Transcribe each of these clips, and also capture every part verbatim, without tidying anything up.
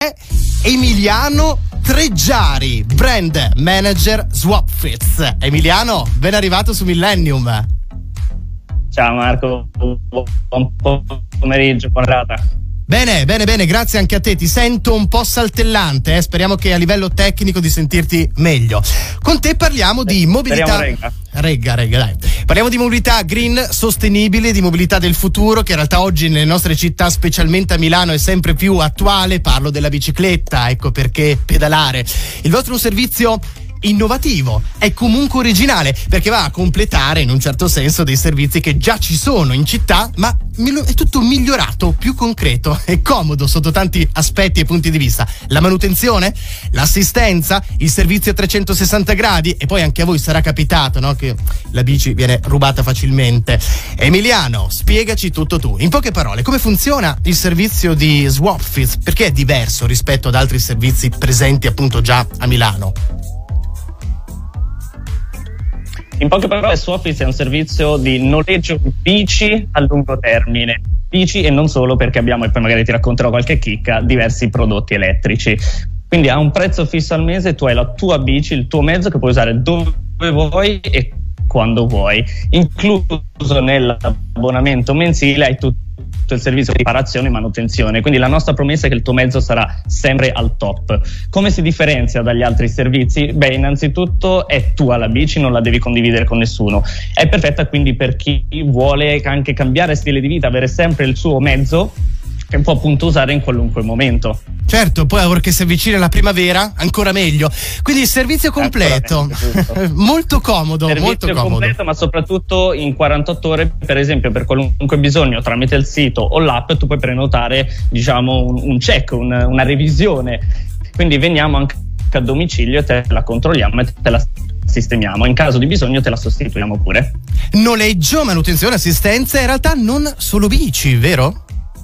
è Emiliano Treggiari, brand manager Swapfits. Emiliano, ben arrivato su Millennium. Ciao Marco, buon pomeriggio, buona serata. Bene, bene, bene, grazie anche a te. Ti sento un po' saltellante, eh? Speriamo che a livello tecnico di sentirti meglio. Con te parliamo di mobilità. Regga. regga, regga, dai. Parliamo di mobilità green, sostenibile, di mobilità del futuro, che in realtà oggi nelle nostre città, specialmente a Milano, è sempre più attuale. Parlo della bicicletta, ecco perché pedalare. Il vostro servizio innovativo, è comunque originale, perché va a completare in un certo senso dei servizi che già ci sono in città, ma è tutto migliorato, più concreto e comodo sotto tanti aspetti e punti di vista. La manutenzione, l'assistenza, il servizio a trecentosessanta gradi, e poi anche a voi sarà capitato, no, che la bici viene rubata facilmente. Emiliano, spiegaci tutto tu. In poche parole, come funziona il servizio di Swapfits? Perché è diverso rispetto ad altri servizi presenti appunto già a Milano? In poche parole, Swapfits è un servizio di noleggio bici a lungo termine. Bici e non solo, perché abbiamo, e poi magari ti racconterò qualche chicca, diversi prodotti elettrici. Quindi a un prezzo fisso al mese tu hai la tua bici, il tuo mezzo che puoi usare dove vuoi e quando vuoi. Incluso nell'abbonamento mensile hai tutto il servizio di riparazione e manutenzione, quindi la nostra promessa è che il tuo mezzo sarà sempre al top. Come si differenzia dagli altri servizi? Beh, innanzitutto è tua la bici, non la devi condividere con nessuno, è perfetta quindi per chi vuole anche cambiare stile di vita, avere sempre il suo mezzo che può appunto usare in qualunque momento. Certo, poi ora che si avvicina la primavera, ancora meglio. Quindi il servizio completo, molto comodo, servizio molto comodo. completo, ma soprattutto in quarantotto ore, per esempio, per qualunque bisogno, tramite il sito o l'app, tu puoi prenotare, diciamo, un, un check, un, una revisione. Quindi veniamo anche a domicilio e te la controlliamo e te la sistemiamo. In caso di bisogno te la sostituiamo pure. Noleggio, manutenzione, assistenza, in realtà non solo bici, vero?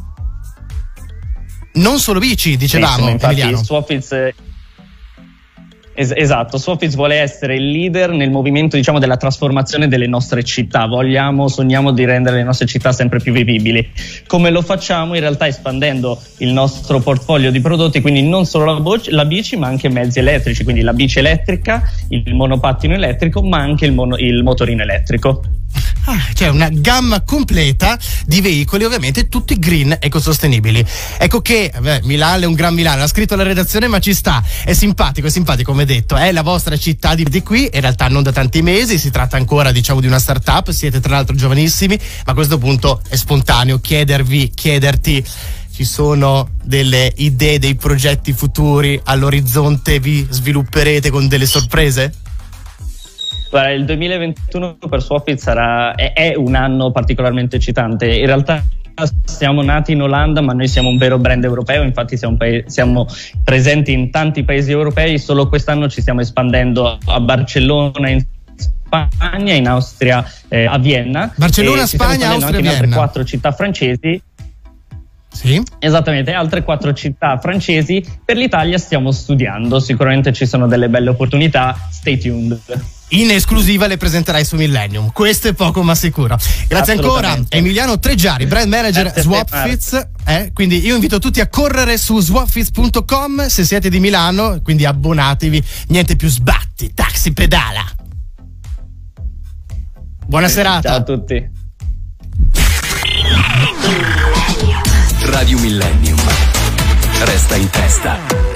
Non solo bici, dicevamo, infatti, Emiliano. Swapfits, es- esatto, Swapfits vuole essere il leader nel movimento, diciamo, della trasformazione delle nostre città. Vogliamo, sogniamo di rendere le nostre città sempre più vivibili. Come lo facciamo? In realtà espandendo il nostro portfolio di prodotti, quindi non solo la, bo- la bici, ma anche mezzi elettrici, quindi la bici elettrica, il monopattino elettrico, ma anche il, mono- il motorino elettrico. Ah, cioè una gamma completa di veicoli, ovviamente tutti green, ecosostenibili. Ecco che beh, Milano è un gran Milano, l'ha scritto la redazione, ma ci sta, è simpatico, è simpatico, come detto, è la vostra città di, di qui, in realtà non da tanti mesi, si tratta ancora, diciamo, di una startup, siete tra l'altro giovanissimi, ma a questo punto è spontaneo chiedervi, chiederti, ci sono delle idee, dei progetti futuri all'orizzonte, vi svilupperete con delle sorprese? Guarda, il duemilaventuno per Swapfits sarà, è, è un anno particolarmente eccitante. In realtà siamo nati in Olanda, ma noi siamo un vero brand europeo, infatti siamo, paese, siamo presenti in tanti paesi europei. Solo quest'anno ci stiamo espandendo a Barcellona, in Spagna, in Austria, eh, a Vienna. Barcellona, Spagna, Austria, anche in Vienna. altre quattro città francesi. Sì. Esattamente, altre quattro città francesi. Per l'Italia stiamo studiando, sicuramente ci sono delle belle opportunità, stay tuned. In esclusiva le presenterai su Millennium, questo è poco ma sicuro. Grazie ancora Emiliano Treggiari, brand manager Swapfits, eh? Quindi io invito tutti a correre su swapfits punto com se siete di Milano, quindi abbonatevi, niente più sbatti, taxi, pedala. Buona serata. Ciao a tutti. Radio Millennium resta in testa.